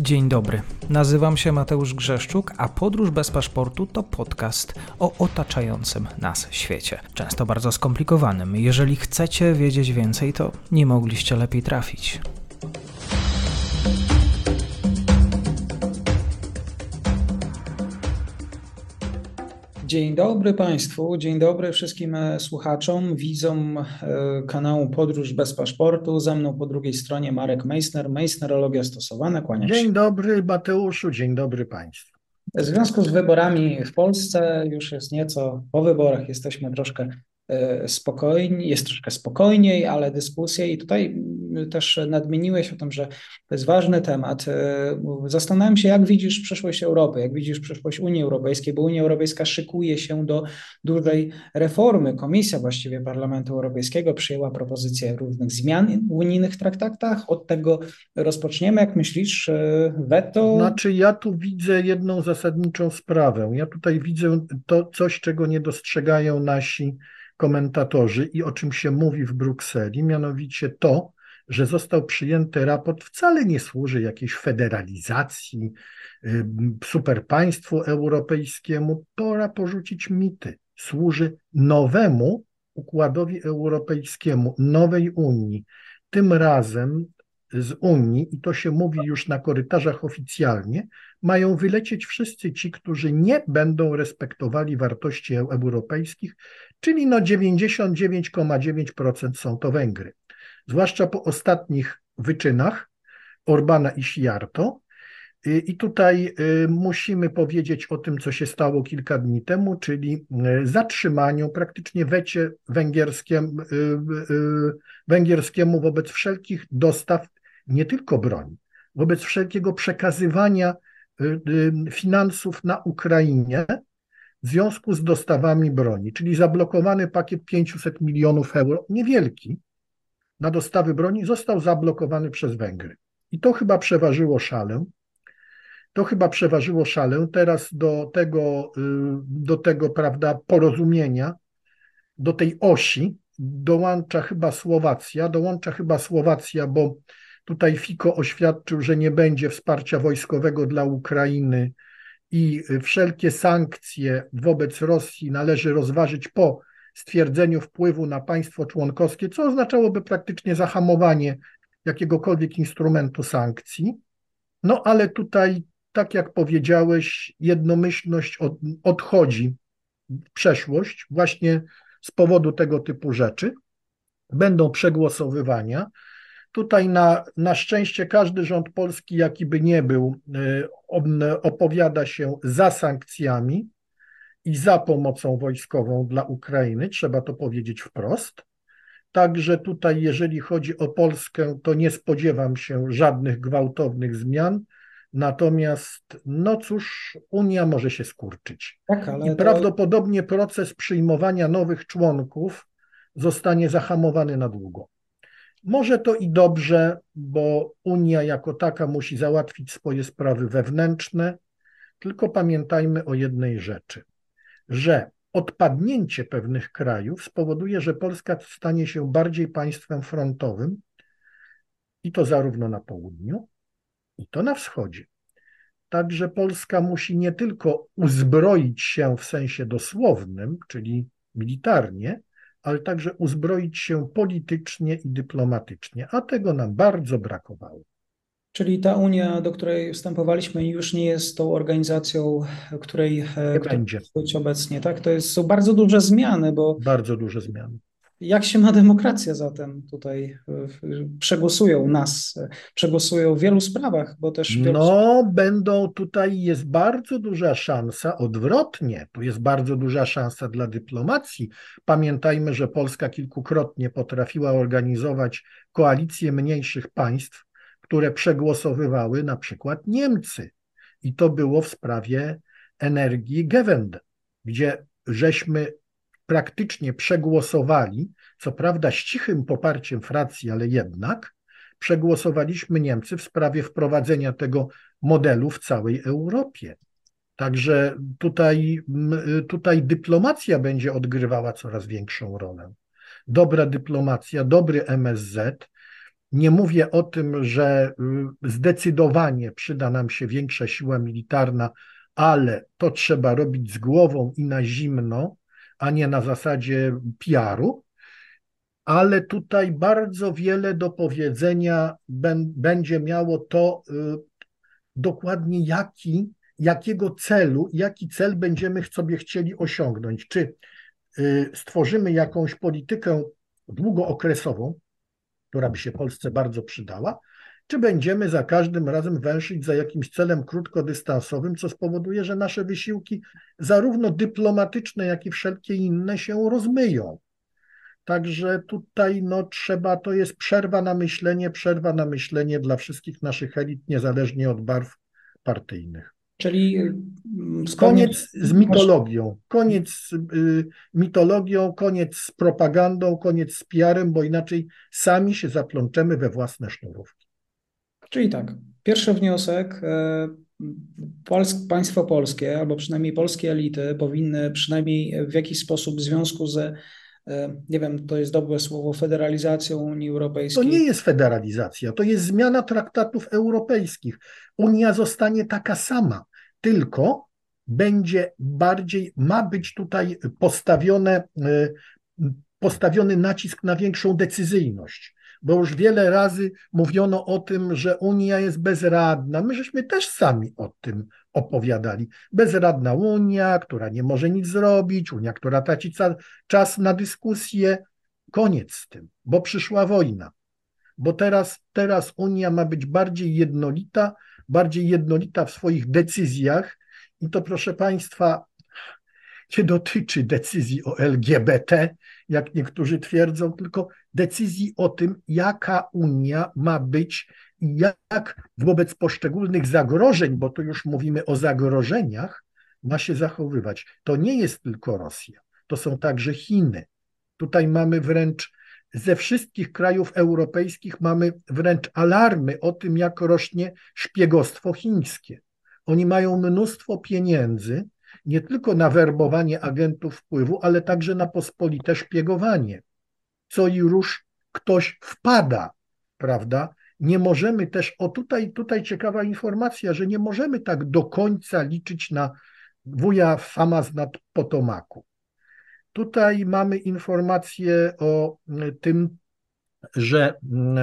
Dzień dobry, nazywam się Mateusz Grzeszczuk, a Podróż bez paszportu to podcast o otaczającym nas świecie. Często bardzo skomplikowanym. Jeżeli chcecie wiedzieć więcej, to nie mogliście lepiej trafić. Dzień dobry Państwu, dzień dobry wszystkim słuchaczom, widzom kanału Podróż bez paszportu. Ze mną po drugiej stronie Marek Meissner, Meissnerologia stosowana. Kłaniam się. Dzień dobry Mateuszu, dzień dobry Państwu. W związku z wyborami w Polsce już jest nieco po wyborach, jesteśmy troszkę spokojni, jest troszkę spokojniej, ale dyskusje i tutaj też nadmieniłeś o tym, że to jest ważny temat. Zastanawiam się, jak widzisz przyszłość Europy, jak widzisz przyszłość Unii Europejskiej, bo Unia Europejska szykuje się do dużej reformy. Komisja właściwie Parlamentu Europejskiego przyjęła propozycję różnych zmian w unijnych traktatach. Od tego rozpoczniemy. Jak myślisz, weto? Znaczy ja tu widzę jedną zasadniczą sprawę. Ja tutaj widzę to coś, czego nie dostrzegają nasi komentatorzy i o czym się mówi w Brukseli, mianowicie to, że został przyjęty raport, wcale nie służy jakiejś federalizacji, superpaństwu europejskiemu. Pora porzucić mity. Służy nowemu układowi europejskiemu, nowej Unii. Tym razem z Unii, i to się mówi już na korytarzach oficjalnie, mają wylecieć wszyscy ci, którzy nie będą respektowali wartości europejskich, czyli 99,9% są to Węgry. Zwłaszcza po ostatnich wyczynach Orbana i Sijarto. I tutaj musimy powiedzieć o tym, co się stało kilka dni temu, czyli zatrzymaniu, praktycznie wecie węgierskiemu wobec wszelkich dostaw, nie tylko broni, wobec wszelkiego przekazywania finansów na Ukrainie w związku z dostawami broni, czyli zablokowany pakiet 500 milionów euro, niewielki, na dostawy broni został zablokowany przez Węgry. I to chyba przeważyło szalę. Teraz do tego, prawda, porozumienia, do tej osi dołącza chyba Słowacja, bo tutaj Fico oświadczył, że nie będzie wsparcia wojskowego dla Ukrainy i wszelkie sankcje wobec Rosji należy rozważyć po stwierdzeniu wpływu na państwo członkowskie, co oznaczałoby praktycznie zahamowanie jakiegokolwiek instrumentu sankcji. No ale tutaj, tak jak powiedziałeś, jednomyślność odchodzi w przeszłość właśnie z powodu tego typu rzeczy. Będą przegłosowywania. Tutaj na szczęście każdy rząd polski, jaki by nie był, opowiada się za sankcjami i za pomocą wojskową dla Ukrainy, trzeba to powiedzieć wprost. Także tutaj, jeżeli chodzi o Polskę, to nie spodziewam się żadnych gwałtownych zmian, natomiast, no cóż, Unia może się skurczyć. Tak, ale I prawdopodobnie proces przyjmowania nowych członków zostanie zahamowany na długo. Może to i dobrze, bo Unia jako taka musi załatwić swoje sprawy wewnętrzne, tylko pamiętajmy o jednej rzeczy, że odpadnięcie pewnych krajów spowoduje, że Polska stanie się bardziej państwem frontowym i to zarówno na południu, i to na wschodzie. Także Polska musi nie tylko uzbroić się w sensie dosłownym, czyli militarnie, ale także uzbroić się politycznie i dyplomatycznie, a tego nam bardzo brakowało. Czyli ta Unia, do której wstępowaliśmy, już nie jest tą organizacją, której będzie być obecnie, tak? Są bardzo duże zmiany, bo bardzo duże zmiany. Jak się ma demokracja zatem tutaj? Przegłosują w wielu sprawach, bo też... Jest bardzo duża szansa, odwrotnie, tu jest bardzo duża szansa dla dyplomacji. Pamiętajmy, że Polska kilkukrotnie potrafiła organizować koalicje mniejszych państw, które przegłosowywały na przykład Niemcy. I to było w sprawie Energiewende, gdzie żeśmy praktycznie przegłosowali, co prawda z cichym poparciem Francji, ale jednak przegłosowaliśmy Niemcy w sprawie wprowadzenia tego modelu w całej Europie. Także tutaj dyplomacja będzie odgrywała coraz większą rolę. Dobra dyplomacja, dobry MSZ, Nie mówię o tym, że zdecydowanie przyda nam się większa siła militarna, ale to trzeba robić z głową i na zimno, a nie na zasadzie PR-u. Ale tutaj bardzo wiele do powiedzenia będzie miało to dokładnie jakiego celu, jaki cel będziemy sobie chcieli osiągnąć. Czy stworzymy jakąś politykę długookresową, która by się Polsce bardzo przydała, czy będziemy za każdym razem węszyć za jakimś celem krótkodystansowym, co spowoduje, że nasze wysiłki, zarówno dyplomatyczne, jak i wszelkie inne, się rozmyją. Także tutaj no, to jest przerwa na myślenie dla wszystkich naszych elit, niezależnie od barw partyjnych. Czyli Koniec z masz- mitologią, koniec z mitologią, koniec z propagandą, koniec z PR-em, bo inaczej sami się zaplączemy we własne sznurówki. czyli tak, pierwszy wniosek. Państwo polskie, albo przynajmniej polskie elity, powinny przynajmniej w jakiś sposób w związku z, nie wiem, to jest dobre słowo, federalizacją Unii To nie Europejskiej. jest federalizacja, to jest zmiana traktatów europejskich. Unia zostanie taka sama, tylko ma być tutaj postawiony nacisk na większą decyzyjność, bo już wiele razy mówiono o tym, że Unia jest bezradna. My żeśmy też sami o tym opowiadali. Bezradna Unia, która nie może nic zrobić, Unia, która traci czas na dyskusję. Koniec z tym, bo przyszła wojna. Bo teraz Unia ma być bardziej jednolita w swoich decyzjach i to, proszę Państwa, nie dotyczy decyzji o LGBT, jak niektórzy twierdzą, tylko decyzji o tym, jaka Unia ma być i jak wobec poszczególnych zagrożeń, bo tu już mówimy o zagrożeniach, ma się zachowywać. To nie jest tylko Rosja, to są także Chiny. Tutaj mamy wręcz ze wszystkich krajów europejskich mamy wręcz alarmy o tym, jak rośnie szpiegostwo chińskie. Oni mają mnóstwo pieniędzy, nie tylko na werbowanie agentów wpływu, ale także na pospolite szpiegowanie. Co i róż ktoś wpada, prawda? Nie możemy też, tutaj ciekawa informacja, że nie możemy tak do końca liczyć na wuja Famaz nad Potomaku. Tutaj mamy informację o tym, że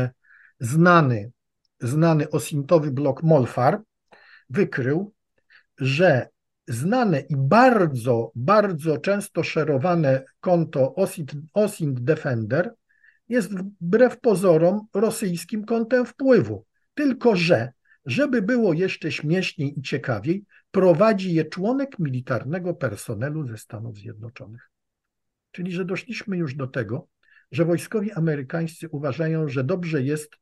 znany osintowy blok Molfar wykrył, że znane i bardzo, bardzo często szerowane konto OSINT Defender jest wbrew pozorom rosyjskim kontem wpływu. Tylko że, żeby było jeszcze śmieszniej i ciekawiej, prowadzi je członek militarnego personelu ze Stanów Zjednoczonych. Czyli, że doszliśmy już do tego, że wojskowi amerykańscy uważają, że dobrze jest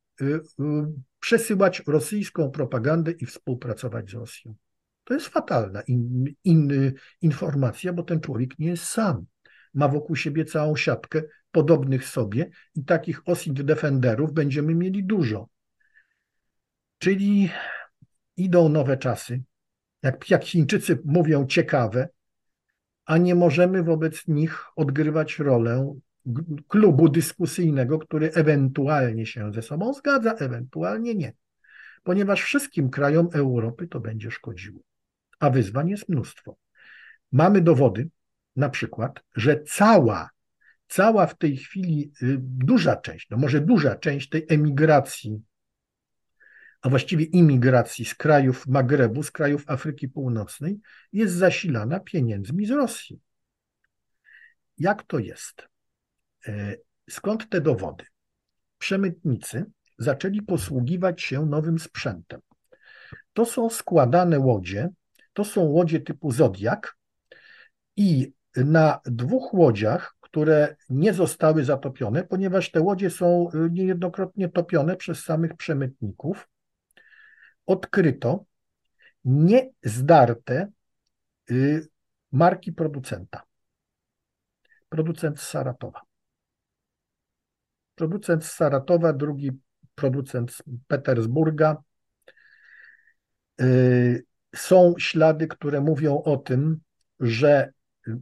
przesyłać rosyjską propagandę i współpracować z Rosją. To jest fatalna informacja, bo ten człowiek nie jest sam. Ma wokół siebie całą siatkę podobnych sobie i takich OSINT defenderów będziemy mieli dużo. Czyli idą nowe czasy, jak Chińczycy mówią, ciekawe, a nie możemy wobec nich odgrywać rolę klubu dyskusyjnego, który ewentualnie się ze sobą zgadza, ewentualnie nie, ponieważ wszystkim krajom Europy to będzie szkodziło, a wyzwań jest mnóstwo. Mamy dowody, na przykład, że cała w tej chwili duża część, no może duża część tej emigracji, a właściwie imigracji z krajów Magrebu, z krajów Afryki Północnej jest zasilana pieniędzmi z Rosji. Jak to jest? Skąd te dowody? Przemytnicy zaczęli posługiwać się nowym sprzętem. To są składane łodzie, to są łodzie typu Zodiak i na 2 łodziach, które nie zostały zatopione, ponieważ te łodzie są niejednokrotnie topione przez samych przemytników, odkryto niezdarte marki producenta. Producent z Saratowa. Producent z Saratowa, drugi producent z Petersburga. Są ślady, które mówią o tym, że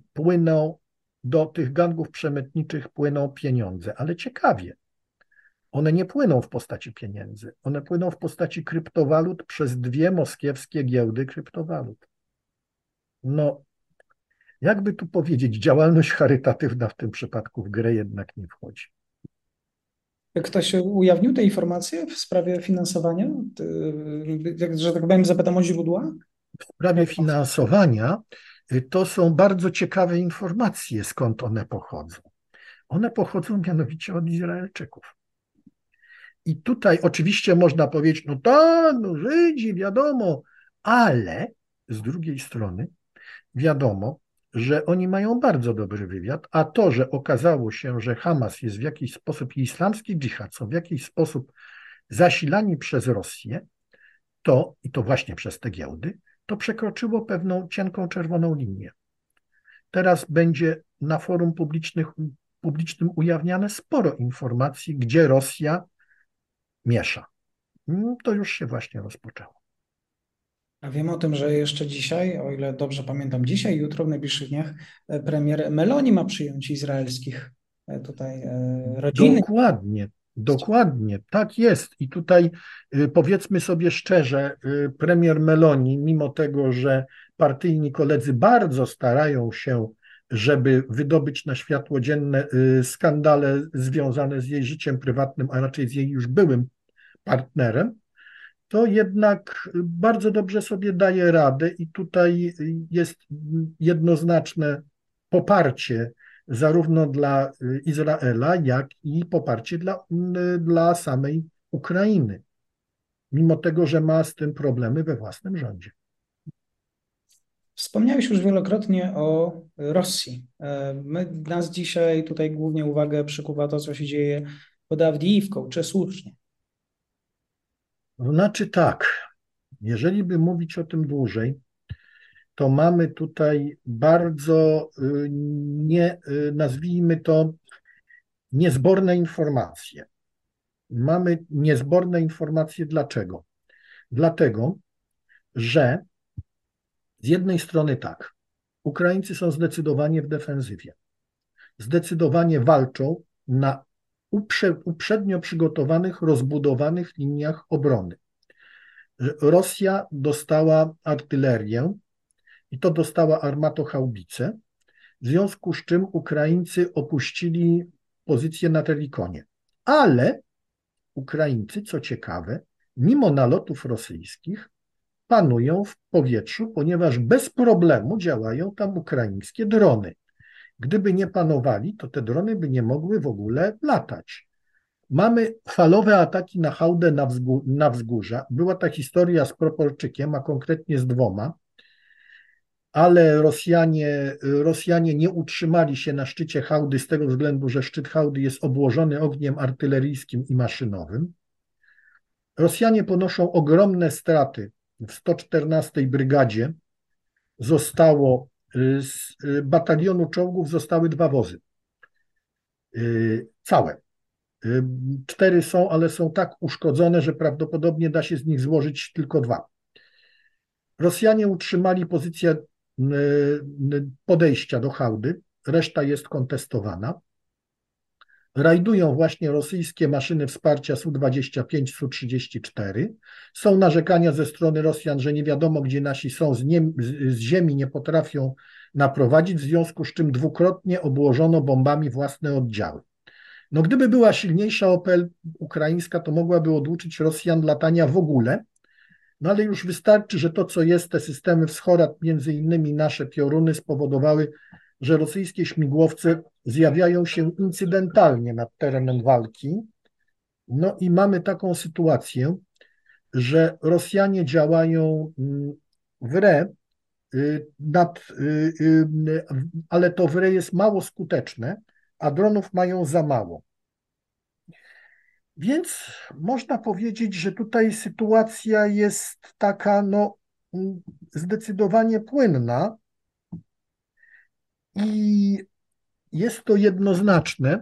do tych gangów przemytniczych płyną pieniądze. Ale ciekawie, one nie płyną w postaci pieniędzy, one płyną w postaci kryptowalut przez dwie moskiewskie giełdy kryptowalut. No, jakby tu powiedzieć, działalność charytatywna w tym przypadku w grę jednak nie wchodzi. Ktoś ujawnił te informacje w sprawie finansowania? Że tak powiem, zapytam o źródła? W sprawie finansowania to są bardzo ciekawe informacje, skąd one pochodzą. One pochodzą mianowicie od Izraelczyków. I tutaj oczywiście można powiedzieć, no tak, no Żydzi, wiadomo, ale z drugiej strony wiadomo, że oni mają bardzo dobry wywiad, a to, że okazało się, że Hamas jest w jakiś sposób i islamski dżihad są w jakiś sposób zasilani przez Rosję, i to właśnie przez te giełdy, to przekroczyło pewną cienką czerwoną linię. Teraz będzie na forum publicznym ujawniane sporo informacji, gdzie Rosja miesza. To już się właśnie rozpoczęło. A wiem o tym, że jeszcze dzisiaj, o ile dobrze pamiętam, dzisiaj, jutro, w najbliższych dniach premier Meloni ma przyjąć izraelskich tutaj rodziny. Dokładnie, dokładnie, tak jest. I tutaj powiedzmy sobie szczerze, premier Meloni, mimo tego, że partyjni koledzy bardzo starają się, żeby wydobyć na światło dzienne skandale związane z jej życiem prywatnym, a raczej z jej już byłym partnerem, to jednak bardzo dobrze sobie daje radę i tutaj jest jednoznaczne poparcie zarówno dla Izraela, jak i poparcie dla samej Ukrainy, mimo tego, że ma z tym problemy we własnym rządzie. Wspomniałeś już wielokrotnie o Rosji. Nas dzisiaj tutaj głównie uwagę przykuwa to, co się dzieje pod Awdijiwką, czy słusznie? Znaczy tak, jeżeli by mówić o tym dłużej, to mamy tutaj bardzo, nazwijmy to, niezborne informacje. Mamy niezborne informacje dlaczego? Dlatego, że z jednej strony tak, Ukraińcy są zdecydowanie w defensywie. Zdecydowanie walczą na uprzednio przygotowanych, rozbudowanych liniach obrony. Rosja dostała artylerię i to dostała armatochaubice, w związku z czym Ukraińcy opuścili pozycję na Terlikonie. Ale Ukraińcy, co ciekawe, mimo nalotów rosyjskich, panują w powietrzu, ponieważ bez problemu działają tam ukraińskie drony. Gdyby nie panowali, to te drony by nie mogły w ogóle latać. Mamy falowe ataki na hałdę na wzgórza. Była ta historia z Proporczykiem, a konkretnie z dwoma, ale Rosjanie nie utrzymali się na szczycie hałdy z tego względu, że szczyt hałdy jest obłożony ogniem artyleryjskim i maszynowym. Rosjanie ponoszą ogromne straty. W 114 Brygadzie z batalionu czołgów zostały 2 wozy. Całe. 4 są, ale są tak uszkodzone, że prawdopodobnie da się z nich złożyć tylko 2. Rosjanie utrzymali pozycję podejścia do hałdy, reszta jest kontestowana. Rajdują właśnie rosyjskie maszyny wsparcia Su-25, Su-34. Są narzekania ze strony Rosjan, że nie wiadomo, gdzie nasi są, z ziemi nie potrafią naprowadzić, w związku z czym dwukrotnie obłożono bombami własne oddziały. No gdyby była silniejsza OPL ukraińska, to mogłaby oduczyć Rosjan latania w ogóle, no ale już wystarczy, że to, co jest, te systemy Wschorad, między innymi nasze Pioruny, spowodowały, że rosyjskie śmigłowce zjawiają się incydentalnie nad terenem walki. No i mamy taką sytuację, że Rosjanie działają w re, ale to w re jest mało skuteczne, a dronów mają za mało. Więc można powiedzieć, że tutaj sytuacja jest taka, no, zdecydowanie płynna i jest to jednoznaczne,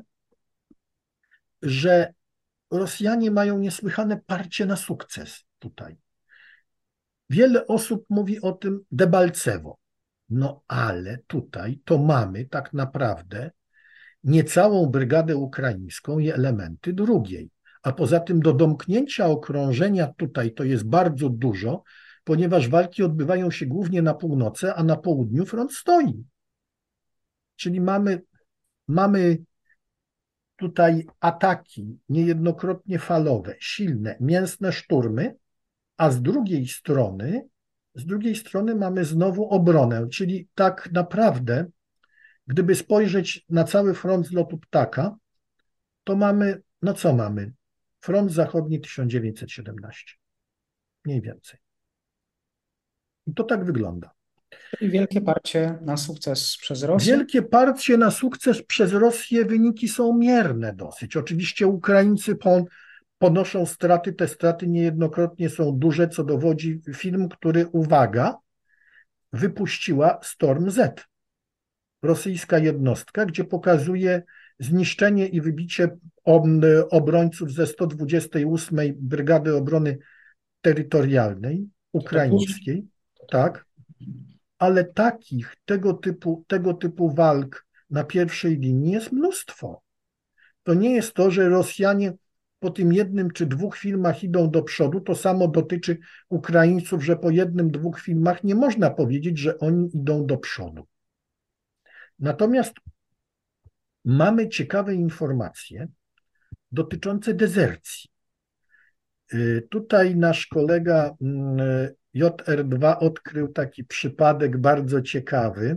że Rosjanie mają niesłychane parcie na sukces tutaj. Wiele osób mówi o tym Debalcewo. No ale tutaj to mamy tak naprawdę niecałą brygadę ukraińską i elementy drugiej. A poza tym do domknięcia okrążenia tutaj to jest bardzo dużo, ponieważ walki odbywają się głównie na północy, a na południu front stoi. Czyli mamy tutaj ataki niejednokrotnie falowe, silne, mięsne szturmy, a z drugiej strony mamy znowu obronę, czyli tak naprawdę, gdyby spojrzeć na cały front z lotu ptaka, to mamy, no co mamy? Front zachodni 1917, mniej więcej. I to tak wygląda. Czyli wielkie parcie na sukces przez Rosję. Wielkie parcie na sukces przez Rosję, wyniki są mierne dosyć. Oczywiście Ukraińcy ponoszą straty, te straty niejednokrotnie są duże, co dowodzi film, który, uwaga, wypuściła Storm Z, rosyjska jednostka, gdzie pokazuje zniszczenie i wybicie obrońców ze 128 Brygady Obrony Terytorialnej ukraińskiej, tak, ale tego typu walk na pierwszej linii jest mnóstwo. To nie jest to, że Rosjanie po tym jednym czy dwóch filmach idą do przodu. To samo dotyczy Ukraińców, że po jednym, dwóch filmach nie można powiedzieć, że oni idą do przodu. Natomiast mamy ciekawe informacje dotyczące dezercji. Tutaj nasz kolega JR2 odkrył taki przypadek bardzo ciekawy,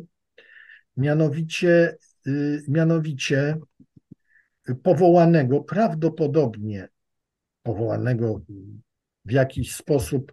mianowicie prawdopodobnie powołanego w jakiś sposób,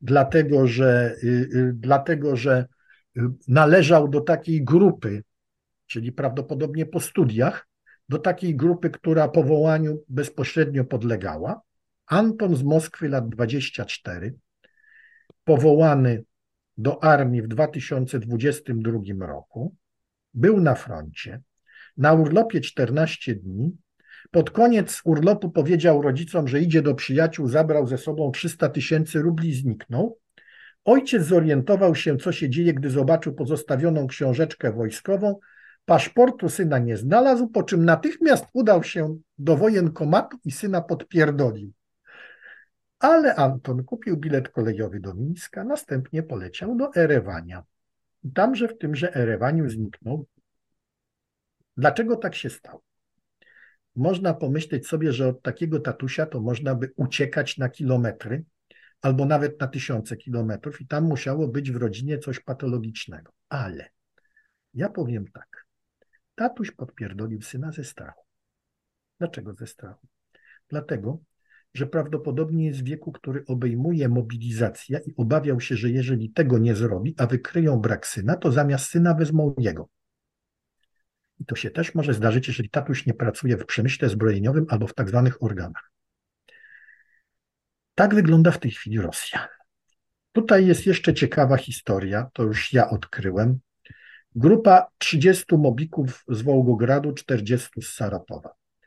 dlatego że należał do takiej grupy, czyli prawdopodobnie po studiach, do takiej grupy, która powołaniu bezpośrednio podlegała. Anton z Moskwy, lat 24, powołany do armii w 2022 roku, był na froncie, na urlopie 14 dni. Pod koniec urlopu powiedział rodzicom, że idzie do przyjaciół, zabrał ze sobą 300 000 rubli i zniknął. Ojciec zorientował się, co się dzieje, gdy zobaczył pozostawioną książeczkę wojskową. Paszportu syna nie znalazł, po czym natychmiast udał się do wojenkomatu i syna podpierdolił. Ale Anton kupił bilet kolejowy do Mińska, następnie poleciał do Erewania. Tamże w tymże Erewaniu zniknął. Dlaczego tak się stało? Można pomyśleć sobie, że od takiego tatusia to można by uciekać na kilometry albo nawet na tysiące kilometrów i tam musiało być w rodzinie coś patologicznego. Ale ja powiem tak. Tatuś podpierdolił syna ze strachu. Dlaczego ze strachu? Dlatego, że prawdopodobnie jest w wieku, który obejmuje mobilizacja i obawiał się, że jeżeli tego nie zrobi, a wykryją brak syna, to zamiast syna wezmą jego. I to się też może zdarzyć, jeżeli tatuś nie pracuje w przemyśle zbrojeniowym albo w tak zwanych organach. Tak wygląda w tej chwili Rosja. Tutaj jest jeszcze ciekawa historia, to już ja odkryłem. Grupa 30 mobików z Wołgogradu, 40 z Saratowa.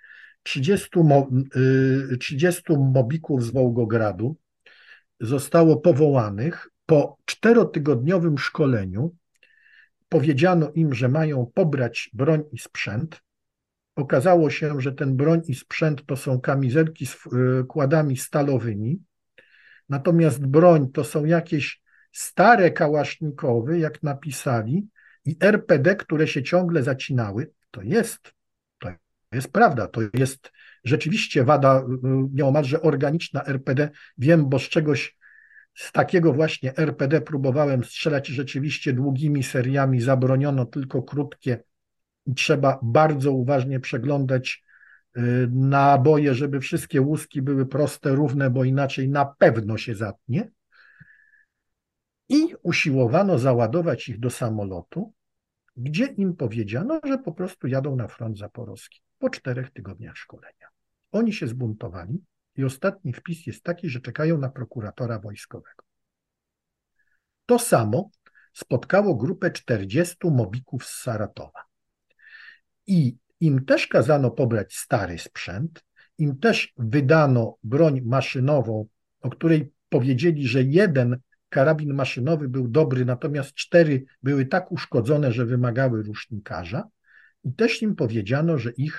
30 mobików z Wołgogradu zostało powołanych po 4-tygodniowym szkoleniu. Powiedziano im, że mają pobrać broń i sprzęt. Okazało się, że ten broń i sprzęt to są kamizelki z kładami stalowymi, natomiast broń to są jakieś stare kałasznikowy, jak napisali, i RPD, które się ciągle zacinały. To jest prawda, to jest rzeczywiście wada nieomalże organiczna RPD. Wiem, bo z takiego właśnie RPD próbowałem strzelać, rzeczywiście długimi seriami zabroniono tylko krótkie i trzeba bardzo uważnie przeglądać naboje, żeby wszystkie łuski były proste, równe, bo inaczej na pewno się zatnie. I usiłowano załadować ich do samolotu, gdzie im powiedziano, że po prostu jadą na front zaporowski po 4 tygodniach szkolenia. Oni się zbuntowali i ostatni wpis jest taki, że czekają na prokuratora wojskowego. To samo spotkało grupę 40 mobików z Saratowa. I im też kazano pobrać stary sprzęt, im też wydano broń maszynową, o której powiedzieli, że jeden karabin maszynowy był dobry, natomiast 4 były tak uszkodzone, że wymagały rusznikarza, i też im powiedziano, że ich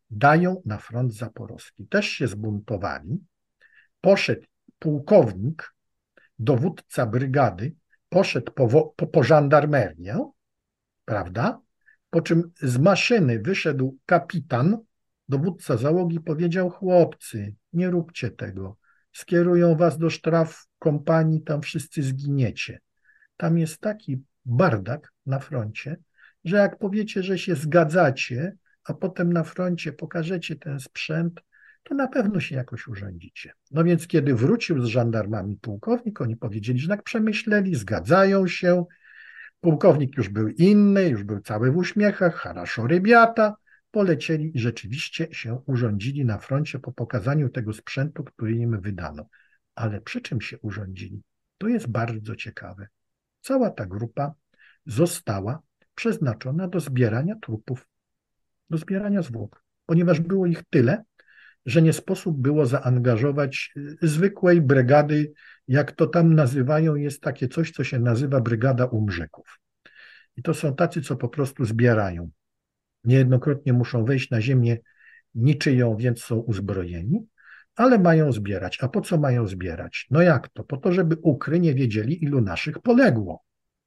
dają na front zaporowski. Też się zbuntowali. Poszedł pułkownik, dowódca brygady, poszedł po żandarmerię, prawda? Po czym z maszyny wyszedł kapitan, dowódca załogi, powiedział: chłopcy, nie róbcie tego. Skierują was do sztraf kompanii, tam wszyscy zginiecie. Tam jest taki bardak na froncie, że jak powiecie, że się zgadzacie, a potem na froncie pokażecie ten sprzęt, to na pewno się jakoś urządzicie. No więc kiedy wrócił z żandarmami pułkownik, oni powiedzieli, że tak przemyśleli, zgadzają się. Pułkownik już był inny, już był cały w uśmiechach, haraszo rybiata, polecieli i rzeczywiście się urządzili na froncie po pokazaniu tego sprzętu, który im wydano. Ale przy czym się urządzili? To jest bardzo ciekawe. Cała ta grupa została przeznaczona do zbierania trupów, do zbierania zwłok, ponieważ było ich tyle, że nie sposób było zaangażować zwykłej brygady, jak to tam nazywają, jest takie coś, co się nazywa brygada umrzyków. I to są tacy, co po prostu zbierają. Niejednokrotnie muszą wejść na ziemię niczyją, więc są uzbrojeni, ale mają zbierać. A po co mają zbierać? No jak to? Po to, żeby Ukry nie wiedzieli, ilu naszych poległo.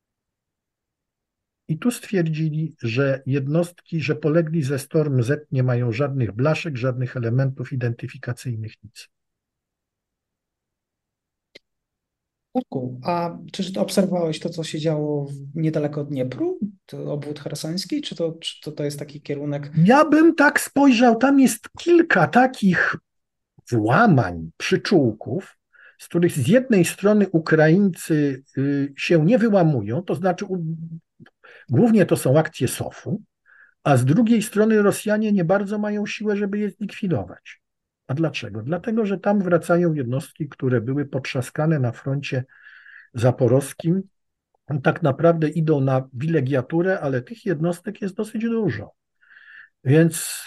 I tu stwierdzili, że jednostki, że polegli ze Storm Z nie mają żadnych blaszek, żadnych elementów identyfikacyjnych, nic. Marku, a czy obserwowałeś to, co się działo niedaleko Dniepru, to obwód chersoński, czy to jest taki kierunek? Ja bym tak spojrzał, tam jest kilka takich włamań, przyczółków, z których z jednej strony Ukraińcy się nie wyłamują, to znaczy głównie to są akcje SOF-u, a z drugiej strony Rosjanie nie bardzo mają siłę, żeby je zlikwidować. A dlaczego? Dlatego, że tam wracają jednostki, które były potrzaskane na froncie zaporowskim. Tak naprawdę idą na wilegiaturę, ale tych jednostek jest dosyć dużo. Więc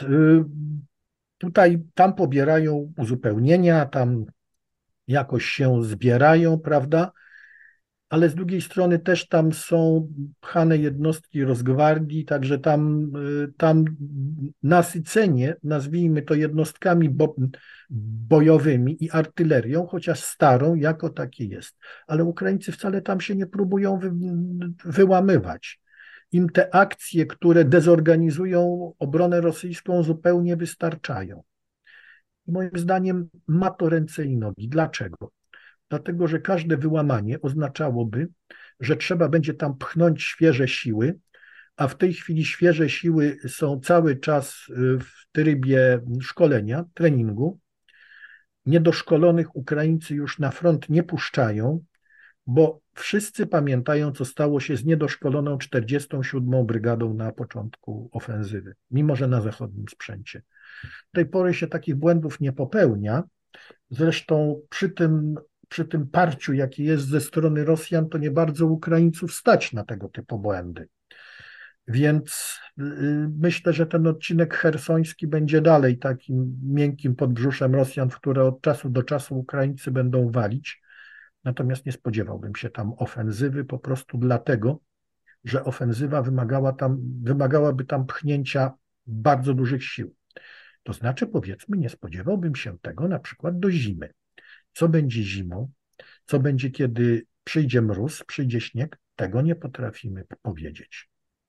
tutaj, tam pobierają uzupełnienia, tam jakoś się zbierają, prawda? Ale z drugiej strony też tam są pchane jednostki Rosgwardii, także tam nasycenie, nazwijmy to jednostkami bojowymi i artylerią, chociaż starą, jako takie jest. Ale Ukraińcy wcale tam się nie próbują wyłamywać. Im te akcje, które dezorganizują obronę rosyjską, zupełnie wystarczają. I moim zdaniem ma to ręce i nogi. Dlaczego? Dlatego, że każde wyłamanie oznaczałoby, że trzeba będzie tam pchnąć świeże siły, a w tej chwili świeże siły są cały czas w trybie szkolenia, treningu. Niedoszkolonych Ukraińcy już na front nie puszczają, bo wszyscy pamiętają, co stało się z niedoszkoloną 47. Brygadą na początku ofensywy, mimo że na zachodnim sprzęcie. Do tej pory się takich błędów nie popełnia. Zresztą przy tym parciu, jakie jest ze strony Rosjan, to nie bardzo Ukraińców stać na tego typu błędy. Więc myślę, że ten odcinek chersoński będzie dalej takim miękkim podbrzuszem Rosjan, w które od czasu do czasu Ukraińcy będą walić. Natomiast nie spodziewałbym się tam ofensywy, po prostu dlatego, że ofensywa wymagałaby tam pchnięcia bardzo dużych sił. To znaczy, powiedzmy, nie spodziewałbym się tego na przykład do zimy. Co będzie zimą, co będzie, kiedy przyjdzie mróz, przyjdzie śnieg, tego nie potrafimy powiedzieć.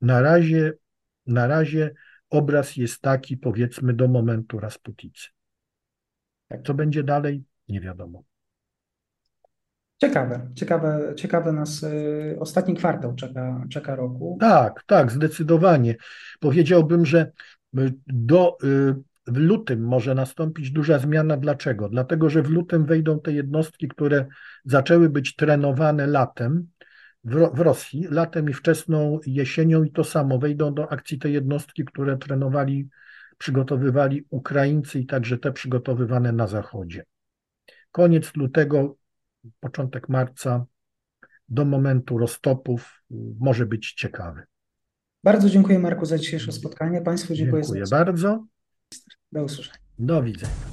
Na razie obraz jest taki, powiedzmy, do momentu Rasputicy. Co będzie dalej, nie wiadomo. Ciekawe nas ostatni kwartał czeka roku. Tak, zdecydowanie. Powiedziałbym, że w lutym może nastąpić duża zmiana. Dlaczego? Dlatego, że w lutym wejdą te jednostki, które zaczęły być trenowane latem w Rosji, latem i wczesną jesienią, i to samo wejdą do akcji te jednostki, które przygotowywali Ukraińcy i także te przygotowywane na Zachodzie. Koniec lutego, początek marca, do momentu roztopów może być ciekawy. Bardzo dziękuję, Marku, za dzisiejsze spotkanie. Państwu dziękuję za Dziękuję bardzo. Do usłyszenia. Do widzenia.